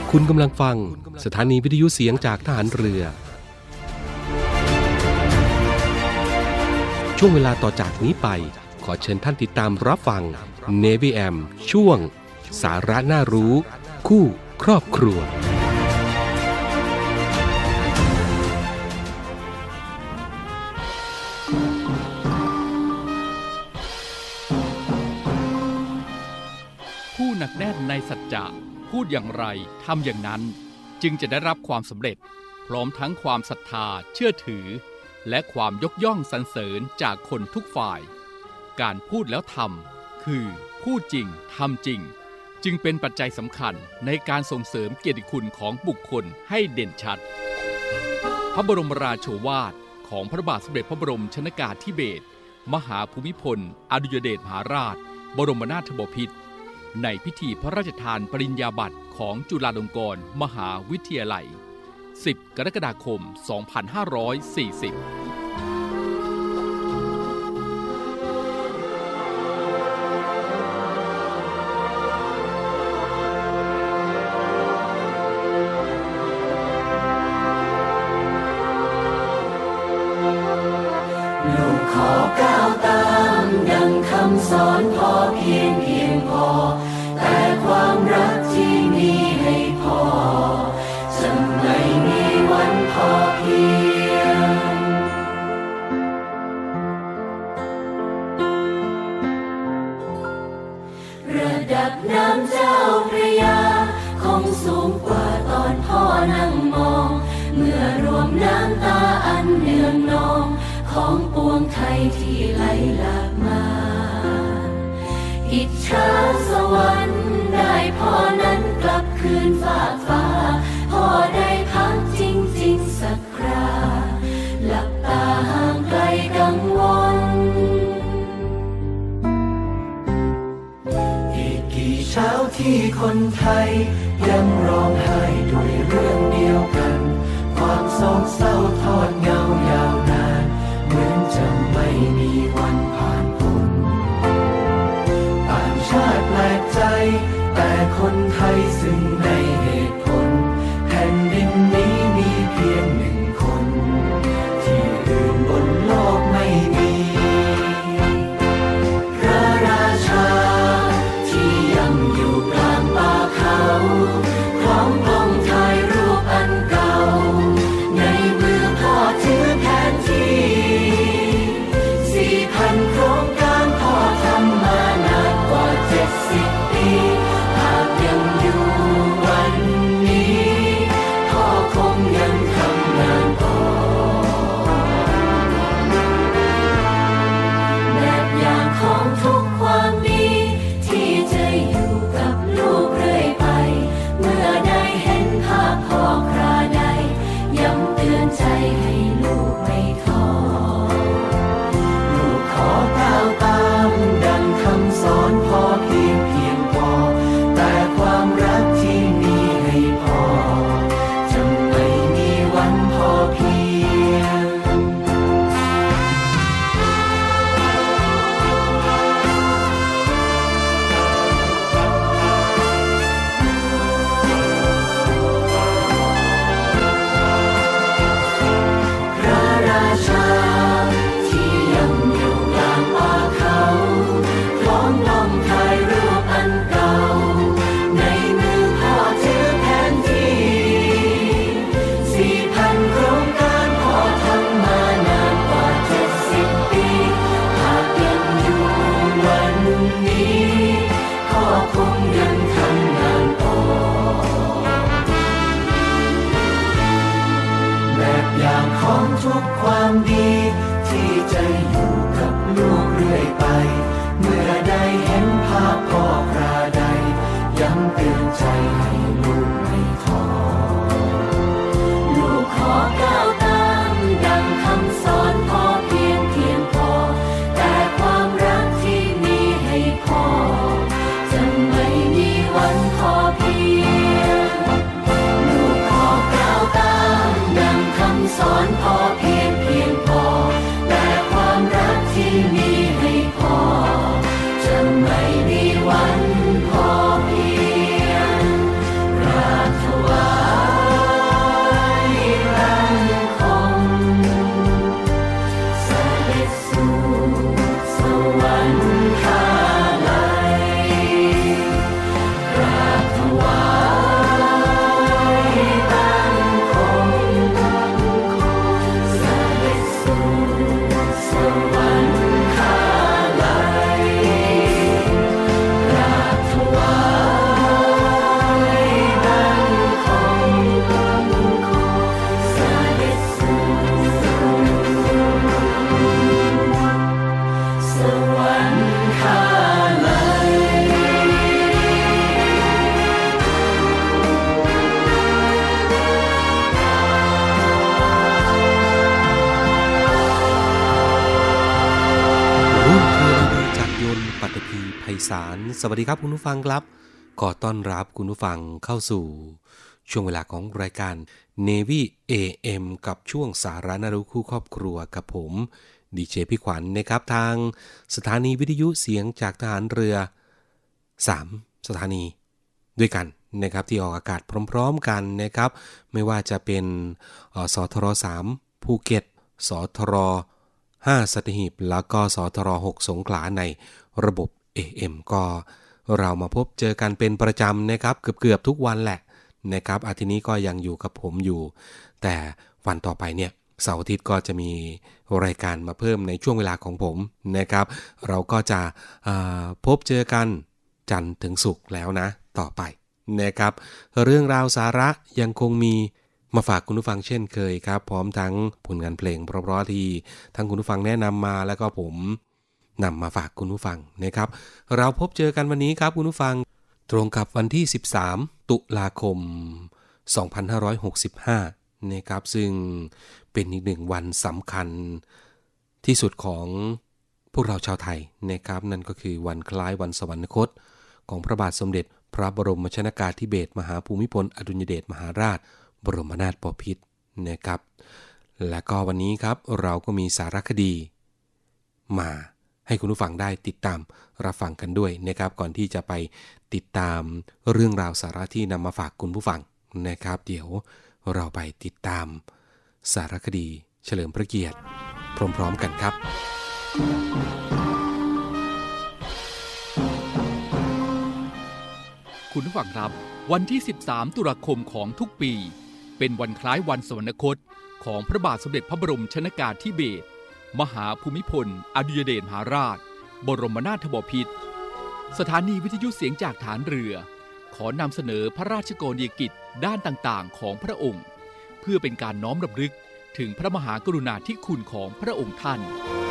คุณกำลังฟังสถานีวิทยุเสียงจากทหารเรือช่วงเวลาต่อจากนี้ไปขอเชิญท่านติดตามรับฟัง Navy AM ช่วงสาระน่ารู้คู่ครอบครัวผู้หนักแน่นในสัจจะพูดอย่างไรทำอย่างนั้นจึงจะได้รับความสำเร็จพร้อมทั้งความศรัทธาเชื่อถือและความยกย่องสรรเสริญจากคนทุกฝ่ายการพูดแล้วทำคือพูดจริงทำจริงจึงเป็นปัจจัยสำคัญในการส่งเสริมเกียรติคุณของบุคคลให้เด่นชัดพระบรมราโชวาทของพระบาทสมเด็จพระบรมชนกาธิเบศรมหาภูมิพลอดุลยเดชมหาราชบรมนาถบพิตรในพิธีพระราชทานปริญญาบัตรของจุฬาลงกรณ์มหาวิทยาลัย10 กรกฎาคม 2540 ลูกขอก้าวตามดังคำสอนพอเพียงพอแต่ความรักที่มีให้พอจะไม่มีวันพอเพียงระดับน้ำเจ้าพระยาคงสูงกว่าตอนพ่อนั่งมองเมื่อรวมน้ำตาอันเนืองนองของปวงไทยที่ไหลหลากมาอิจฉาสวรรค์ได้พ่อนั้นกลับคืนฝากฟ้าพ่อได้พักจริงๆสักคราหลับตาห่างไกลกังวลอีกกี่เช้าที่คนไทยยังร้องไห้ด้วยเรื่องเดียวกันความโศกเศร้าทอดเงายาวนานเหมือนจะไม่มีวันผ่านพ้นต่างชาติแปลกใจแต่คนไทยซึ่งในเหตุผลแผ่นดินนี้มีเพียงหนึ่งคนที่อื่นบนโลกไม่มีพระราชาที่ยังอยู่กลางป่าเขาพร้อมกล้องถ่ายรูปอันเก่าในมือพ่อถือแผนที่4,000 โครงการพ่อทำมานานกว่า70 ปีหากยังอยู่วันนี้พ่อคงยังทำงานต่อแบบอย่างของทุกความดีที่จะอยู่กับลูกเรื่อยไปเมื่อได้เห็นภาพพ่อคราใดย้ำเตือนใจให้ลูกไม่ท้อลูกขอก้าวตามดังคำสอนพอเพียงพอแต่ความรักที่มีให้พอจะไม่มีวันพอเพียงพระราชาที่ยังอยู่กลางป่าเขาพร้อมลองถ่ายรูปอันเก่าในมือพ่อถือแผนที่4,000 โครงการพ่อทำมานานกว่า70 ปีหากยังอยู่วันนี้พ่อคงยังทำงานต่อแบบอย่างของทุกความดีที่จะอยู่กับลูกเรื่อยไปเมื่อได้เห็นภาพพ่อคราใดย้ำเตือนใจให้ลูกไม่ท้อลูกขอก้าวตามดังคำสอนพอเพียงพอแต่ความรักที่มีให้พอตภีไพศาลสวัสดีครับคุณผู้ฟังครับขอต้อนรับคุณผู้ฟังเข้าสู่ช่วงเวลาของรายการ Navy AM กับช่วงสาระน่ารู้คู่ครอบครัวกับผมดีเจพี่ขวัญนะครับทางสถานีวิทยุเสียงจากทหารเรือ3สถานีด้วยกันนะครับที่ออกอากาศพร้อมๆกันนะครับไม่ว่าจะเป็นสทร3ภูเก็ตสทร5สัตหีบแล้วก็สทร6สงขลาในระบบ AM ก็เรามาพบเจอกันเป็นประจำนะครับเกือบทุกวันแหละนะครับอาทิตย์นี้ก็ยังอยู่กับผมอยู่แต่วันต่อไปเนี่ยเสาร์อาทิตย์ก็จะมีรายการมาเพิ่มในช่วงเวลาของผมนะครับเราก็จะพบเจอกันจันทร์ถึงศุกร์แล้วนะต่อไปนะครับเรื่องราวสาระยังคงมีมาฝากคุณผู้ฟังเช่นเคยครับพร้อมทั้งผลงานเพลงเพราะๆที่ทั้งคุณผู้ฟังแนะนำมาแล้วก็ผมนำมาฝากคุณผู้ฟังนะครับเราพบเจอกันวันนี้ครับคุณผู้ฟังตรงกับวันที่13ตุลาคม2565นะครับซึ่งเป็นอีกหนึ่งวันสำคัญที่สุดของพวกเราชาวไทยนะครับนั่นก็คือวันคล้ายวันสวรรคตของพระบาทสมเด็จพระบรมชนกาธิเบศรมหาภูมิพลอดุลยเดชมหาราชบรมนาถบพิตรนะครับและก็วันนี้ครับเราก็มีสารคดีมาให้คุณผู้ฟังได้ติดตามรับฟังกันด้วยนะครับก่อนที่จะไปติดตามเรื่องราวสาระที่นำมาฝากคุณผู้ฟังนะครับเดี๋ยวเราไปติดตามสารคดีเฉลิมพระเกียรติพร้อมๆกันครับคุณผู้ฟังครับวันที่13ตุลาคมของทุกปีเป็นวันคล้ายวันสวรรคตของพระบาทสมเด็จพระบรมชนกาธิเบศรมหาภูมิพลอดุลยเดชมหาราชบรมนาถบพิตรสถานีวิทยุเสียงจากฐานเรือขอนำเสนอพระราชกรณียกิจด้านต่างๆของพระองค์เพื่อเป็นการน้อมรำลึกถึงพระมหากรุณาธิคุณของพระองค์ท่าน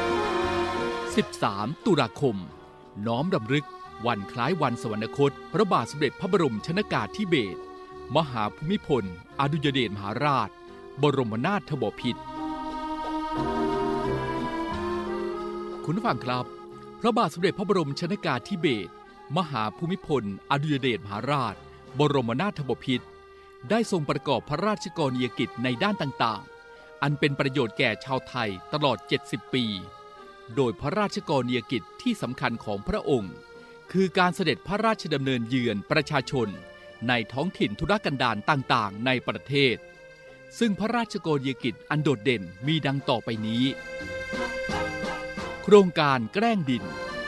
13ตุลาคมน้อมรำลึกวันคล้ายวันสวรรคตพระบาทสมเด็จพระบรมชนกาธิเบศรมหาภูมิพลอดุลยเดชมหาราชบรมนาถบพิตรคุณผู้ฟังครับพระบาทสมเด็จพระบรมชนกาธิเบศรมหาภูมิพลอดุลยเดชมหาราชบรมนาถบพิตรได้ทรงประกอบพระราชกรณียกิจในด้านต่างๆอันเป็นประโยชน์แก่ชาวไทยตลอด70ปีโดยพระราชกรณียกิจที่สำคัญของพระองค์คือการเสด็จพระราชดำเนินเยือนประชาชนในท้องถิ่นทุรกันดารต่างๆในประเทศซึ่งพระราชกรณียกิจอันโดดเด่นมีดังต่อไปนี้โครงการแกล้งดิน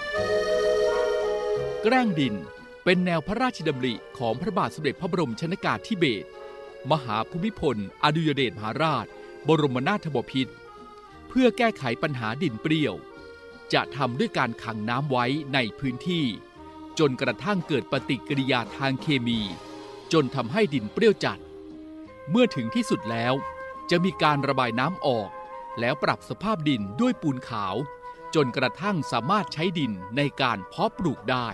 แกล้งดินเป็นแนวพระราชดำริของพระบาทสมเด็จพระบรมชนกาธิเบศรมหาภูมิพลอดุลยเดชมหาราชบรมนาถบพิตรเพื่อแก้ไขปัญหาดินเปรี้ยวจะทำด้วยการขังน้ำไว้ในพื้นที่จนกระทั่งเกิดปฏิกิริยาทางเคมีจนทำให้ดินเปรี้ยวจัดเมื่อถึงที่สุดแล้วจะมีการระบายน้ำออกแล้วปรับสภาพดินด้วยปูนขาวจนกระทั่งสามารถใช้ดินในการเพาะปลูกได้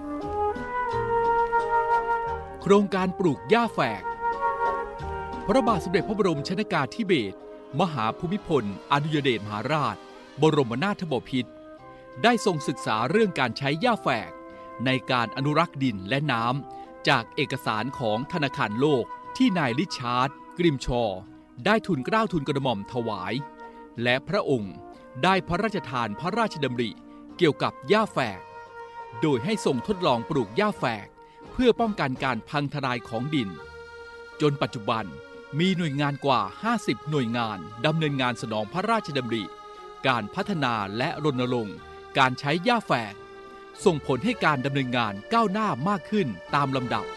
โครงการปลูกหญ้าแฝกพระบาทสมเด็จพระบรมชนกาธิเบศรมหาภูมิพลอดุลยเดชมหาราชบรมนาถบพิตรได้ทรงศึกษาเรื่องการใช้หญ้าแฝกในการอนุรักษ์ดินและน้ำจากเอกสารของธนาคารโลกที่นายริชาร์ดกริมชอว์ได้ทูลเกล้าทูลกระหม่อมถวายและพระองค์ได้พระราชทานพระราชดำริเกี่ยวกับหญ้าแฝกโดยให้ทรงทดลองปลูกหญ้าแฝกเพื่อป้องกันการพังทลายของดินจนปัจจุบันมีหน่วยงานกว่า50หน่วยงานดำเนินงานสนองพระราชดำริการพัฒนาและรณรงค์การใช้หญ้าแฝกส่งผลให้การดำเนินงานก้าวหน้ามากขึ้นตามลำดับ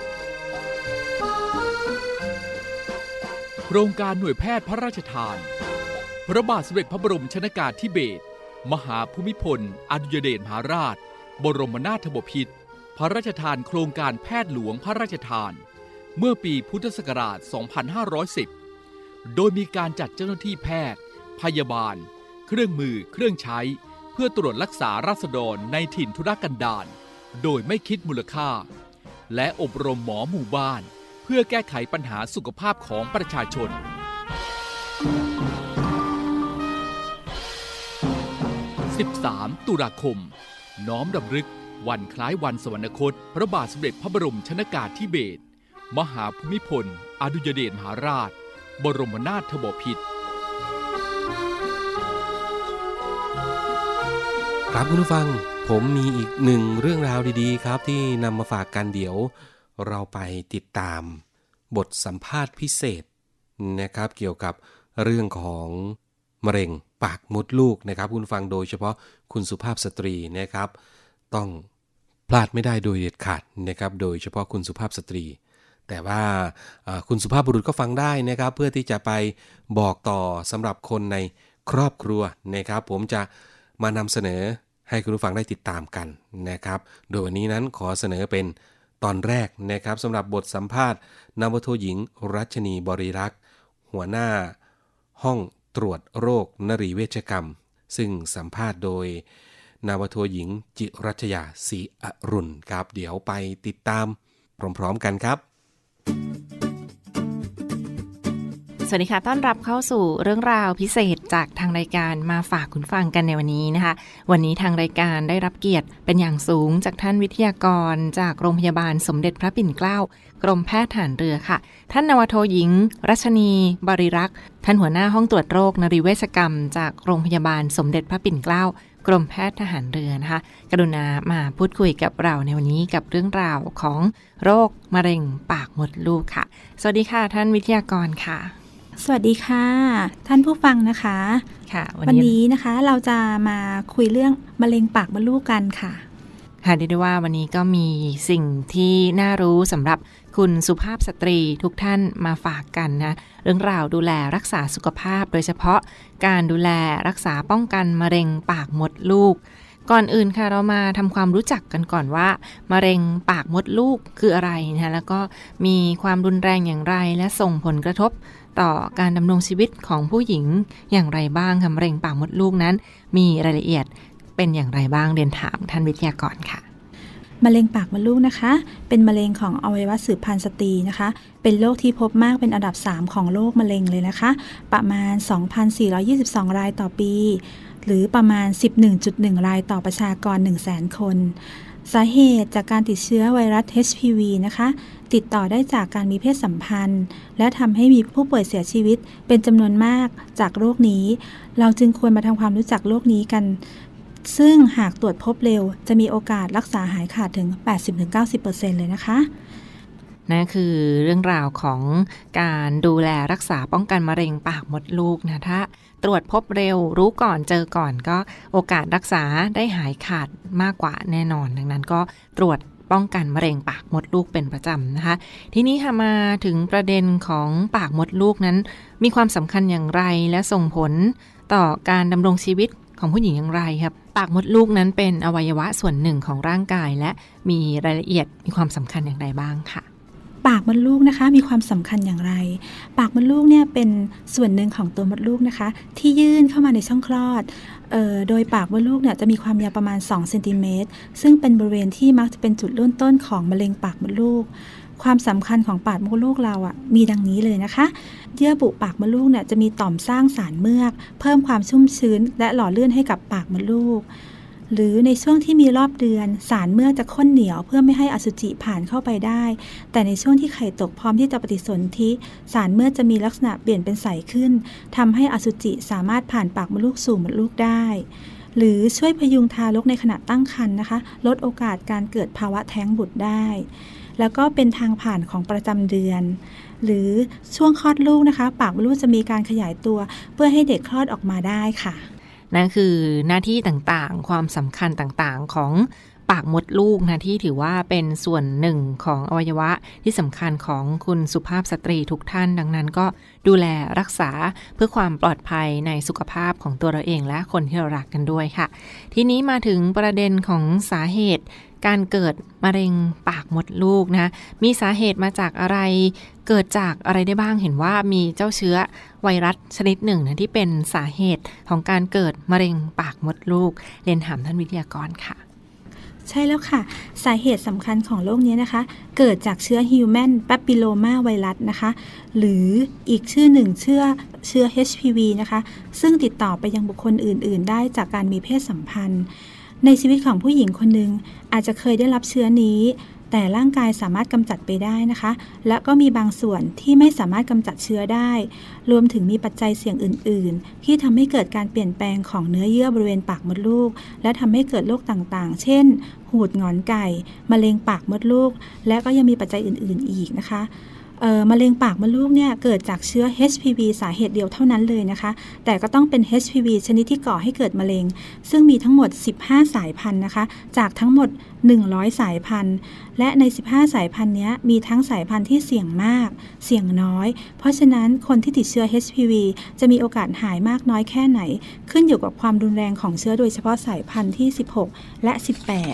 โครงการหน่วยแพทย์พระราชทานพระบาทสมเด็จพระบรมชนกาธิเบศรมหาภูมิพลอดุลยเดชมหาราชบรมนาถบพิตรพระราชทานโครงการแพทย์หลวงพระราชทานเมื่อปีพุทธศักราช 2510 โดยมีการจัดเจ้าหน้าที่แพทย์พยาบาลเครื่องมือเครื่องใช้เพื่อตรวจรักษาราษฎรในถิ่นทุรกันดารโดยไม่คิดมูลค่าและอบรมหมอหมู่บ้านเพื่อแก้ไขปัญหาสุขภาพของประชาชน 13 ตุลาคมน้อมรำลึกวันคล้ายวันสวรรคตพระบาทสมเด็จพระบรมชนกาธิเบศรมหาภูมิพลอดุลยเดชมหาราชบรมนาถบพิตรครับคุณผู้ฟังผมมีอีกหนึ่งเรื่องราวดีๆครับที่นำมาฝากกันเดี๋ยวเราไปติดตามบทสัมภาษณ์พิเศษนะครับเกี่ยวกับเรื่องของมะเร็งปากมดลูกนะครับคุณผู้ฟังโดยเฉพาะคุณสุภาพสตรีนะครับต้องพลาดไม่ได้โดยเด็ดขาดนะครับโดยเฉพาะคุณสุภาพสตรีแต่ว่าคุณสุภาพบุรุษก็ฟังได้นะครับเพื่อที่จะไปบอกต่อสำหรับคนในครอบครัวนะครับผมจะมานำเสนอให้คุณผู้ฟังได้ติดตามกันนะครับโดยวันนี้นั้นขอเสนอเป็นตอนแรกนะครับสำหรับบทสัมภาษณ์นาวโทหญิงรัชนีบริรักษ์หัวหน้าห้องตรวจโรคนรีเวชกรรมซึ่งสัมภาษณ์โดยนาวโทหญิงจิรัชยาศรีอรุณครับเดี๋ยวไปติดตามพร้อมๆกันครับสวัสดีค่ะต้อนรับเข้าสู่เรื่องราวพิเศษจากทางรายการมาฝากคุณฟังกันในวันนี้นะคะวันนี้ทางรายการได้รับเกียรติเป็นอย่างสูงจากท่านวิทยากรจากโรงพยาบาลสมเด็จพระปิ่นเกล้ากรมแพทย์ทหารเรือค่ะท่านนาวโทหญิงรัชนีบริรักษ์ท่านหัวหน้าห้องตรวจโรคนรีเวชกรรมจากโรงพยาบาลสมเด็จพระปิ่นเกล้ากรมแพทย์ทหารเรือนะคะกรุณามาพูดคุยกับเราในวันนี้กับเรื่องราวของโรคมะเร็งปากมดลูกค่ะสวัสดีค่ะท่านวิทยากรค่ะสวัสดีค่ะท่านผู้ฟังนะคะค่ะวันนี้นะคะเราจะมาคุยเรื่องมะเร็งปากมดลูกกันค่ะค่ะเรียกได้ว่าวันนี้ก็มีสิ่งที่น่ารู้สำหรับคุณสุภาพสตรีทุกท่านมาฝากกันนะเรื่องราวดูแลรักษาสุขภาพโดยเฉพาะการดูแลรักษาป้องกันมะเร็งปากมดลูกก่อนอื่นค่ะเรามาทำความรู้จักกันก่อนว่ามะเร็งปากมดลูกคืออะไรนะแล้วก็มีความรุนแรงอย่างไรและส่งผลกระทบต่อการดำรงชีวิตของผู้หญิงอย่างไรบ้างค่ะมะเร็งปากมดลูกนั้นมีรายละเอียดเป็นอย่างไรบ้างเรียนถามท่านวิทยากรค่ะมะเร็งปากมดลูกนะคะเป็นมะเร็งของอวัยวะสืบพันธุ์สตรีนะคะเป็นโรคที่พบมากเป็นอันดับ3ของโรคมะเร็งเลยนะคะประมาณ 2,422 รายต่อปีหรือประมาณ 11.1 รายต่อประชากร 100,000 คนสาเหตุจากการติดเชื้อไวรัส HPV นะคะติดต่อได้จากการมีเพศสัมพันธ์และทำให้มีผู้ป่วยเสียชีวิตเป็นจำนวนมากจากโรคนี้เราจึงควรมาทำความรู้จักโรคนี้กันซึ่งหากตรวจพบเร็วจะมีโอกาสรักษาหายขาดถึง 80-90% เลยนะคะนั่นคือเรื่องราวของการดูแลรักษาป้องกันมะเร็งปากมดลูกนะถ้าตรวจพบเร็วรู้ก่อนเจอก่อนก็โอกาสรักษาได้หายขาดมากกว่าแน่นอนดังนั้นก็ตรวจป้องกันมะเร็งปากมดลูกเป็นประจำนะคะทีนี้ค่ะมาถึงประเด็นของปากมดลูกนั้นมีความสำคัญอย่างไรและส่งผลต่อการดำรงชีวิตของผู้หญิงอย่างไรครับปากมดลูกนั้นเป็นอวัยวะส่วนหนึ่งของร่างกายและมีรายละเอียดมีความสำคัญอย่างไรบ้างค่ะปากมดลูกนะคะมีความสำคัญอย่างไรปากมดลูกเนี่ยเป็นส่วนหนึ่งของตัวมดลูกนะคะที่ยื่นเข้ามาในช่องคลอดโดยปากมดลูกเนี่ยจะมีความยาวประมาณ2เซนติเมตรซึ่งเป็นบริเวณที่มักจะเป็นจุดเริ่มต้นของมะเร็งปากมดลูกความสำคัญของปากมดลูกเรามีดังนี้เลยนะคะเยื่อบุปากมดลูกเนี่ยจะมีต่อมสร้างสารเมือกเพิ่มความชุ่มชื้นและหล่อลื่นให้กับปากมดลูกหรือในช่วงที่มีรอบเดือนสารเมือกจะข้นเหนียวเพื่อไม่ให้อสุจิผ่านเข้าไปได้แต่ในช่วงที่ไข่ตกพร้อมที่จะปฏิสนธิสารเมือกจะมีลักษณะเปลี่ยนเป็นใสขึ้นทำให้อสุจิสามารถผ่านปากมดลูกสู่มดลูกได้หรือช่วยพยุงทารกในขณะตั้งครรภ์นะคะลดโอกาสการเกิดภาวะแท้งบุตรได้แล้วก็เป็นทางผ่านของประจำเดือนหรือช่วงคลอดลูกนะคะปากมดลูกจะมีการขยายตัวเพื่อให้เด็กคลอดออกมาได้ค่ะนั่นคือหน้าที่ต่างๆความสำคัญต่างๆของปากมดลูกนะที่ถือว่าเป็นส่วนหนึ่งของอวัยวะที่สำคัญของคุณสุภาพสตรีทุกท่านดังนั้นก็ดูแลรักษาเพื่อความปลอดภัยในสุขภาพของตัวเราเองและคนที่เรารักกันด้วยค่ะทีนี้มาถึงประเด็นของสาเหตุการเกิดมะเร็งปากมดลูกนะมีสาเหตุมาจากอะไรเกิดจากอะไรได้บ้างเห็นว่ามีเจ้าเชื้อไวรัสชนิดหนึ่งนะที่เป็นสาเหตุของการเกิดมะเร็งปากมดลูกเรียนถามท่านวิทยากรค่ะใช่แล้วค่ะสาเหตุสำคัญของโรคนี้นะคะเกิดจากเชื้อ Human Papilloma Virus นะคะหรืออีกชื่อหนึ่งเชื้อ HPV นะคะซึ่งติดต่อไปยังบุคคลอื่นๆได้จากการมีเพศสัมพันธ์ในชีวิตของผู้หญิงคนหนึ่งอาจจะเคยได้รับเชื้อนี้แต่ร่างกายสามารถกำจัดไปได้นะคะและก็มีบางส่วนที่ไม่สามารถกำจัดเชื้อได้รวมถึงมีปัจจัยเสี่ยงอื่นๆที่ทำให้เกิดการเปลี่ยนแปลงของเนื้อเยื่อบริเวณปากมดลูกและทำให้เกิดโรคต่างๆเช่นหูดหงอนไก่มะเร็งปากมดลูกและก็ยังมีปัจจัยอื่นๆอีกนะคะมะเร็งปากมดลูกเนี่ยเกิดจากเชื้อ HPV สาเหตุเดียวเท่านั้นเลยนะคะแต่ก็ต้องเป็น HPV ชนิดที่ก่อให้เกิดมะเร็งซึ่งมีทั้งหมด15สายพันธุ์นะคะจากทั้งหมด100สายพันธุ์และใน15สายพันธุ์นี้มีทั้งสายพันธุ์ที่เสี่ยงมากเสี่ยงน้อยเพราะฉะนั้นคนที่ติดเชื้อ HPV จะมีโอกาสหายมากน้อยแค่ไหนขึ้นอยู่กับความรุนแรงของเชื้อโดยเฉพาะสายพันธุ์ที่16และ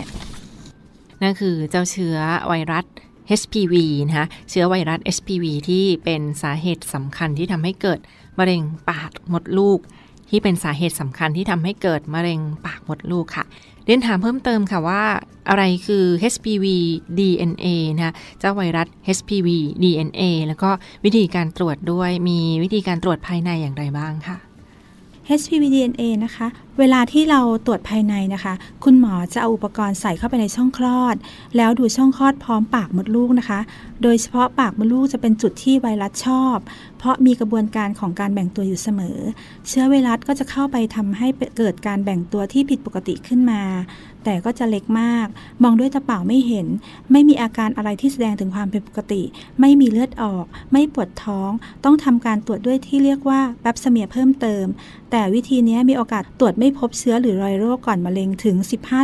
18 นั่นคือเจ้าเชื้อไวรัสHPV นะคะเชื้อไวรัส HPV ที่เป็นสาเหตุสำคัญที่ทำให้เกิดมะเร็งปากมดลูกที่เป็นสาเหตุสำคัญที่ทำให้เกิดมะเร็งปากมดลูกค่ะเรียนถามเพิ่มเติมค่ะว่าอะไรคือ HPV DNA นะคะเจ้าไวรัส HPV DNA แล้วก็วิธีการตรวจด้วยมีวิธีการตรวจภายในอย่างไรบ้างค่ะ HPV DNA นะคะเวลาที่เราตรวจภายในนะคะคุณหมอจะเอาอุปกรณ์ใส่เข้าไปในช่องคลอดแล้วดูช่องคลอดพร้อมปากมดลูกนะคะโดยเฉพาะปากมดลูกจะเป็นจุดที่ไวรัสชอบเพราะมีกระบวนการของการแบ่งตัวอยู่เสมอเชื้อไวรัสก็จะเข้าไปทำให้เกิดการแบ่งตัวที่ผิดปกติขึ้นมาแต่ก็จะเล็กมากมองด้วยตาเปล่าไม่เห็นไม่มีอาการอะไรที่แสดงถึงความผิดปกติไม่มีเลือดออกไม่ปวดท้องต้องทำการตรวจด้วยที่เรียกว่าแปปสเมียร์เพิ่มเติมแต่วิธีนี้มีโอกาสตรวจไม่พบเชื้อหรือรอยโรคก่อนมะเร็งถึง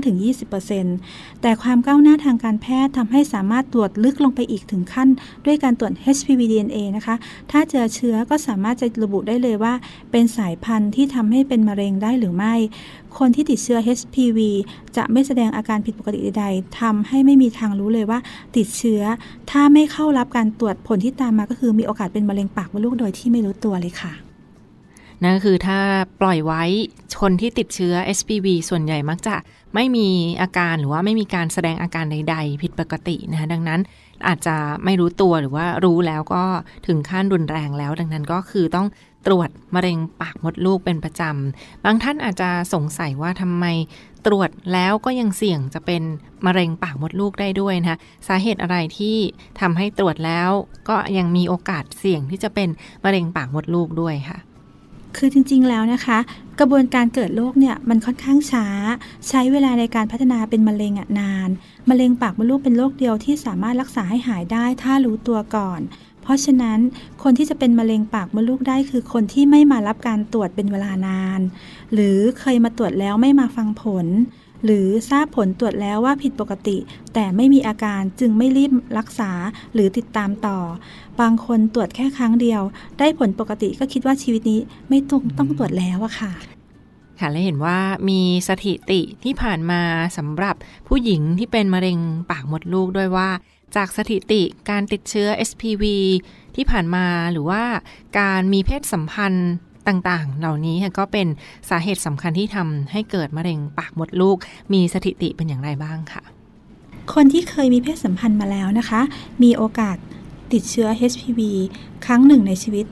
15-20% แต่ความก้าวหน้าทางการแพทย์ทำให้สามารถตรวจลึกลงไปอีกถึงขั้นด้วยการตรวจ HPV DNA นะคะถ้าเจอเชื้อก็สามารถจะระบุได้เลยว่าเป็นสายพันธุ์ที่ทำให้เป็นมะเร็งได้หรือไม่คนที่ติดเชื้อ HPV จะไม่แสดงอาการผิดปกติใดๆทำให้ไม่มีทางรู้เลยว่าติดเชื้อถ้าไม่เข้ารับการตรวจผลที่ตามมาก็คือมีโอกาสเป็นมะเร็งปากมดลูกโดยที่ไม่รู้ตัวเลยค่ะนั่นก็คือถ้าปล่อยไว้คนที่ติดเชื้อ HPV ส่วนใหญ่มักจะไม่มีอาการหรือว่าไม่มีการแสดงอาการใดๆผิดปกตินะคะดังนั้นอาจจะไม่รู้ตัวหรือว่ารู้แล้วก็ถึงขั้นรุนแรงแล้วดังนั้นก็คือต้องตรวจมะเร็งปากมดลูกเป็นประจำบางท่านอาจจะสงสัยว่าทำไมตรวจแล้วก็ยังเสี่ยงจะเป็นมะเร็งปากมดลูกได้ด้วยนะคะสาเหตุอะไรที่ทำให้ตรวจแล้วก็ยังมีโอกาสเสี่ยงที่จะเป็นมะเร็งปากมดลูกด้วยค่ะคือจริงๆแล้วนะคะกระบวนการเกิดโรคเนี่ยมันค่อนข้างช้าใช้เวลาในการพัฒนาเป็นมะเร็งนานมะเร็งปากมดลูกเป็นโรคเดียวที่สามารถรักษาให้หายได้ถ้ารู้ตัวก่อนเพราะฉะนั้นคนที่จะเป็นมะเร็งปากมดลูกได้คือคนที่ไม่มารับการตรวจเป็นเวลานานหรือเคยมาตรวจแล้วไม่มาฟังผลหรือทราบผลตรวจแล้วว่าผิดปกติแต่ไม่มีอาการจึงไม่รีบรักษาหรือติดตามต่อบางคนตรวจแค่ครั้งเดียวได้ผลปกติก็คิดว่าชีวิตนี้ไม่ต้องตรวจแล้วอะค่ะค่ะและเห็นว่ามีสถิติที่ผ่านมาสำหรับผู้หญิงที่เป็นมะเร็งปากมดลูกด้วยว่าจากสถิติการติดเชื้อ HPV ที่ผ่านมาหรือว่าการมีเพศสัมพันธ์ต่างๆเหล่านี้ก็เป็นสาเหตุสำคัญที่ทำให้เกิดมะเร็งปากมดลูกมีสถิติเป็นอย่างไรบ้างค่ะคนที่เคยมีเพศสัมพันธ์มาแล้วนะคะมีโอกาสติดเชื้อ HPV ครั้งหนึ่งในชีวิต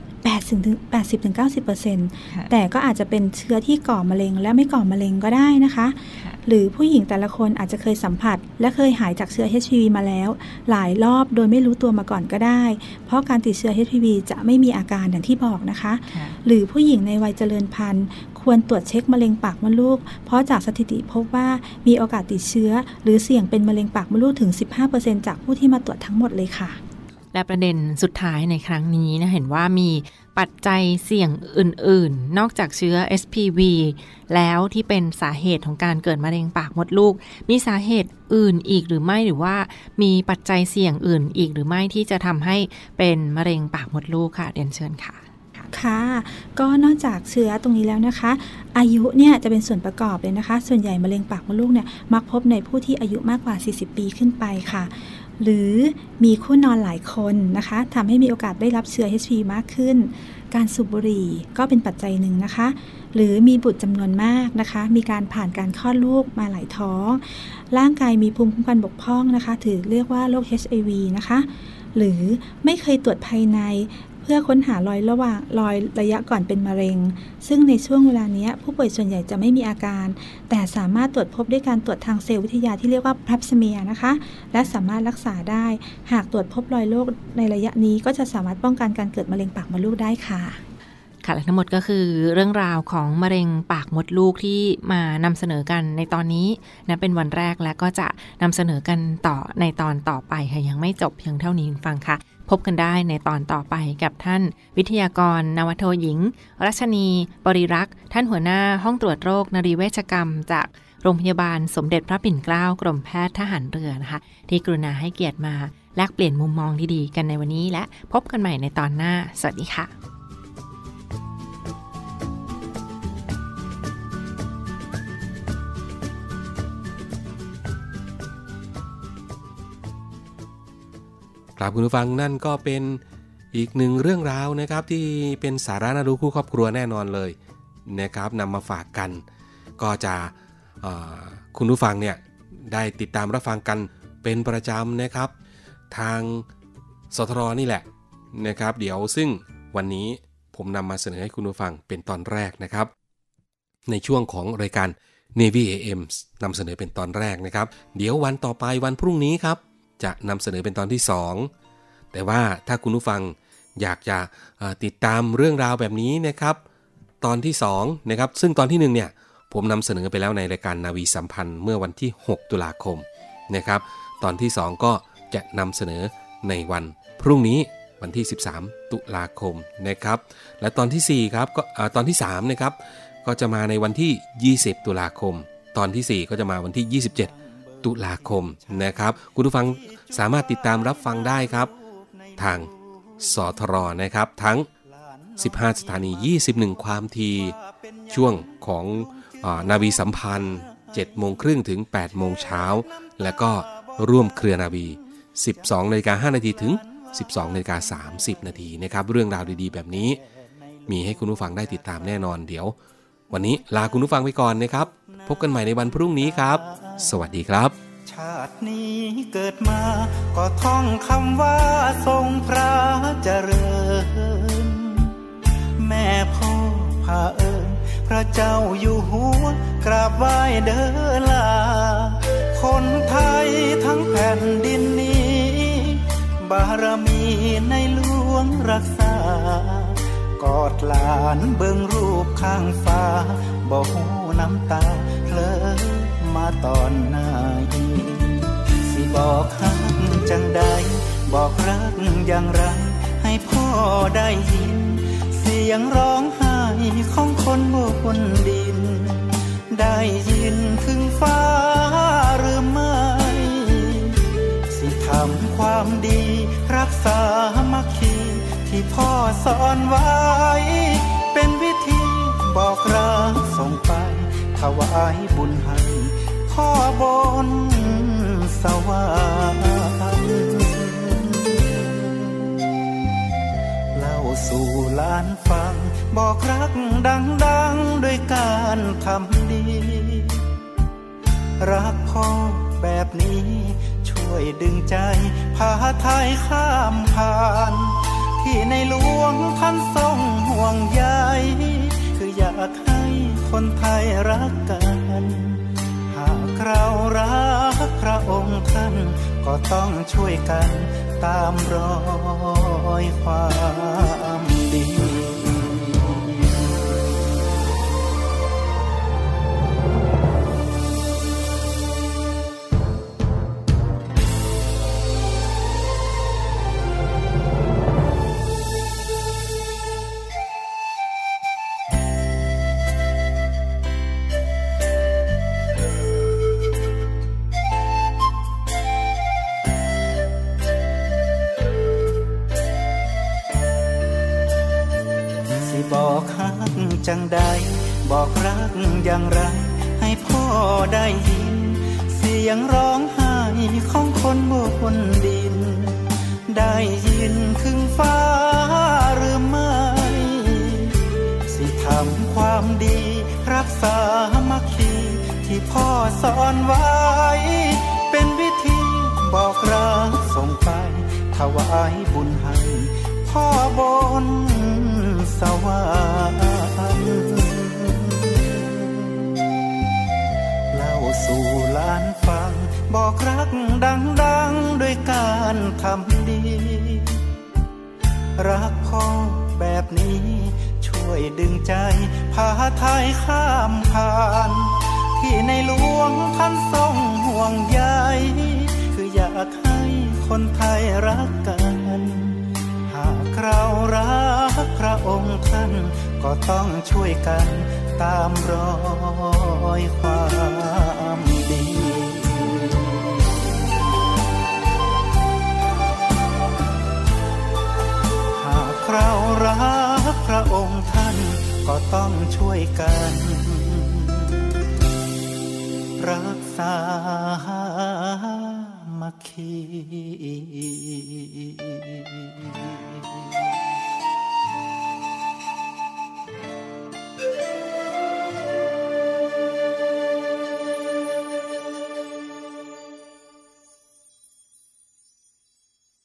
80-90% แต่ก็อาจจะเป็นเชื้อที่ก่อมะเร็งและไม่ก่อมะเร็งก็ได้นะคะหรือผู้หญิงแต่ละคนอาจจะเคยสัมผัสและเคยหายจากเชื้อ HPV มาแล้วหลายรอบโดยไม่รู้ตัวมาก่อนก็ได้เพราะการติดเชื้อ HPV จะไม่มีอาการอย่างที่บอกนะคะหรือผู้หญิงในวัยเจริญพันธุ์ควรตรวจเช็คมะเร็งปากมดลูกเพราะจากสถิติพบว่ามีโอกาสติดเชื้อหรือเสี่ยงเป็นมะเร็งปากมดลูกถึง 15% จากผู้ที่มาตรวจทั้งหมดเลยค่ะและประเด็นสุดท้ายในครั้งนี้นะเห็นว่ามีปัจจัยเสี่ยงอื่นๆนอกจากเชื้อ HPV แล้วที่เป็นสาเหตุของการเกิดมะเร็งปากมดลูกมีสาเหตุอื่นอีกหรือไม่หรือว่ามีปัจจัยเสี่ยงอื่นอีกหรือไม่ที่จะทำให้เป็นมะเร็งปากมดลูกค่ะเรียนเชิญค่ะค่ะก็นอกจากเชื้อตรงนี้แล้วนะคะอายุเนี่ยจะเป็นส่วนประกอบเลยนะคะส่วนใหญ่มะเร็งปากมดลูกเนี่ยมักพบในผู้ที่อายุมากกว่า40ปีขึ้นไปค่ะหรือมีคู่นอนหลายคนนะคะทำให้มีโอกาสได้รับเชื้อ HPV มากขึ้นการสูบบุหรี่ก็เป็นปัจจัยหนึ่งนะคะหรือมีบุตรจำนวนมากนะคะมีการผ่านการคลอดลูกมาหลายท้องร่างกายมีภูมิคุ้มกันบกพร่องนะคะถือเรียกว่าโรค HIV นะคะหรือไม่เคยตรวจภายในเพื่อค้นหารอยระยะก่อนเป็นมะเร็งซึ่งในช่วงเวลานี้ผู้ป่วยส่วนใหญ่จะไม่มีอาการแต่สามารถตรวจพบด้วยการตรวจทางเซลล์วิทยาที่เรียกว่าพลับสเมียร์นะคะและสามารถรักษาได้หากตรวจพบรอยโรคในระยะนี้ก็จะสามารถป้องกันการเกิดมะเร็งปากมดลูกได้ค่ะค่ะและทั้งหมดก็คือเรื่องราวของมะเร็งปากมดลูกที่มานำเสนอกันในตอนนี้นะเป็นวันแรกและก็จะนำเสนอกันต่อในตอนต่อไปค่ะยังไม่จบเพียงเท่านี้ฟังค่ะพบกันได้ในตอนต่อไปกับท่านวิทยากรนวโทหญิงรัชนีบริรักษ์ท่านหัวหน้าห้องตรวจโรคนรีเวชกรรมจากโรงพยาบาลสมเด็จพระปิ่นเกล้ากรมแพทย์ทหารเรือนะคะที่กรุณาให้เกียรติมาแลกเปลี่ยนมุมมองดีๆกันในวันนี้และพบกันใหม่ในตอนหน้าสวัสดีค่ะครับคุณผู้ฟังนั่นก็เป็นอีกหนึ่งเรื่องราวนะครับที่เป็นสาระน่ารู้คู่ครอบครัวแน่นอนเลยนะครับนำมาฝากกันก็จะคุณผู้ฟังเนี่ยได้ติดตามรับฟังกันเป็นประจำนะครับทางสทรนี่แหละนะครับเดี๋ยวซึ่งวันนี้ผมนำมาเสนอให้คุณผู้ฟังเป็นตอนแรกนะครับในช่วงของรายการ Navy AM นำเสนอเป็นตอนแรกนะครับเดี๋ยววันต่อไปวันพรุ่งนี้ครับจะนำเสนอเป็นตอนที่2แต่ว่าถ้าคุณผู้ฟังอยากจะติดตามเรื่องราวแบบนี้นะครับตอนที่2นะครับซึ่งตอนที่1เนี่ยผมนำเสนอไปแล้วในรายการนาวีสัมพันธ์เมื่อวันที่6ตุลาคมนะครับตอนที่2ก็จะนำเสนอในวันพรุ่งนี้วันที่13ตุลาคมนะครับและตอนที่4ครับก็ตอนที่3นะครับก็จะมาในวันที่20ตุลาคมตอนที่4ก็จะมาวันที่27ตุลาคมนะครับคุณผู้ฟังสามารถติดตามรับฟังได้ครับทางสทรนะครับทั้ง15สถานี21ความถี่ช่วงของนาวีสัมพันธ์ 7:30 น.ถึง 8:00 น.เช้าและก็ร่วมเครือนาวี 12:05 น.ถึง 12:30 น.นะครับเรื่องราวดีๆแบบนี้มีให้คุณผู้ฟังได้ติดตามแน่นอนเดี๋ยววันนี้ลาคุณผู้ฟังไปก่อนนะครับพบกันใหม่ในวันพรุ่งนี้ครับสวัสดีครับชาตินี้เกิดมาก็ท่องคำว่าทรงพระเจริญแม่พ่อพาเอิญพระเจ้าอยู่หัวกราบไหว้เด้อลาคนไทยทั้งแผ่นดินนี้บารมีในหลวงรักษากอดหลานเบิ่งรูปข้างฟ้าบ่ฮู้น้ำตาเพลอมาตอนไหนสิบอกฮักจังใดบอกรักอย่างไรให้พ่อได้ยินเสียงร้องไห้ของคนบนดินได้ยินถึงฟ้าหรือไม่สิทำความดีรักษามัคคีที่พ่อสอนไว้เป็นวิธีบอกรักส่งไปถวายบุญให้พ่อบนสวรรค์เล่าสู่หลานฟังบอกรักดังๆด้วยการทำดีรักพ่อแบบนี้ช่วยดึงใจพาไทยข้ามผ่านที่ในหลวงท่านทรงห่วงใยคืออยากให้คนไทยรักกันหากเรารักพระองค์ท่านก็ต้องช่วยกันตามรอยความดีบอกฮักจังใดบอกรักอย่างไรให้พ่อได้ยินเสียงร้องไห้ของคนบนดินได้ยินถึงฟ้าหรือไม่สิทำความดีรักษามัคคีที่พ่อสอนไว้เป็นวิธีบอกรักส่งไปถวายบุญให้พ่อบนบอกรักดังๆด้วยการทำดีรักพ่อแบบนี้ช่วยดึงใจพาไทยข้ามผ่านที่ในหลวงท่านทรงห่วงใยคืออยากให้คนไทยรักกันหากเรารักพระองค์ท่านก็ต้องช่วยกันตามรอยความดีหากเรารักพระองค์ท่านก็ต้องช่วยกันรักษามัคคี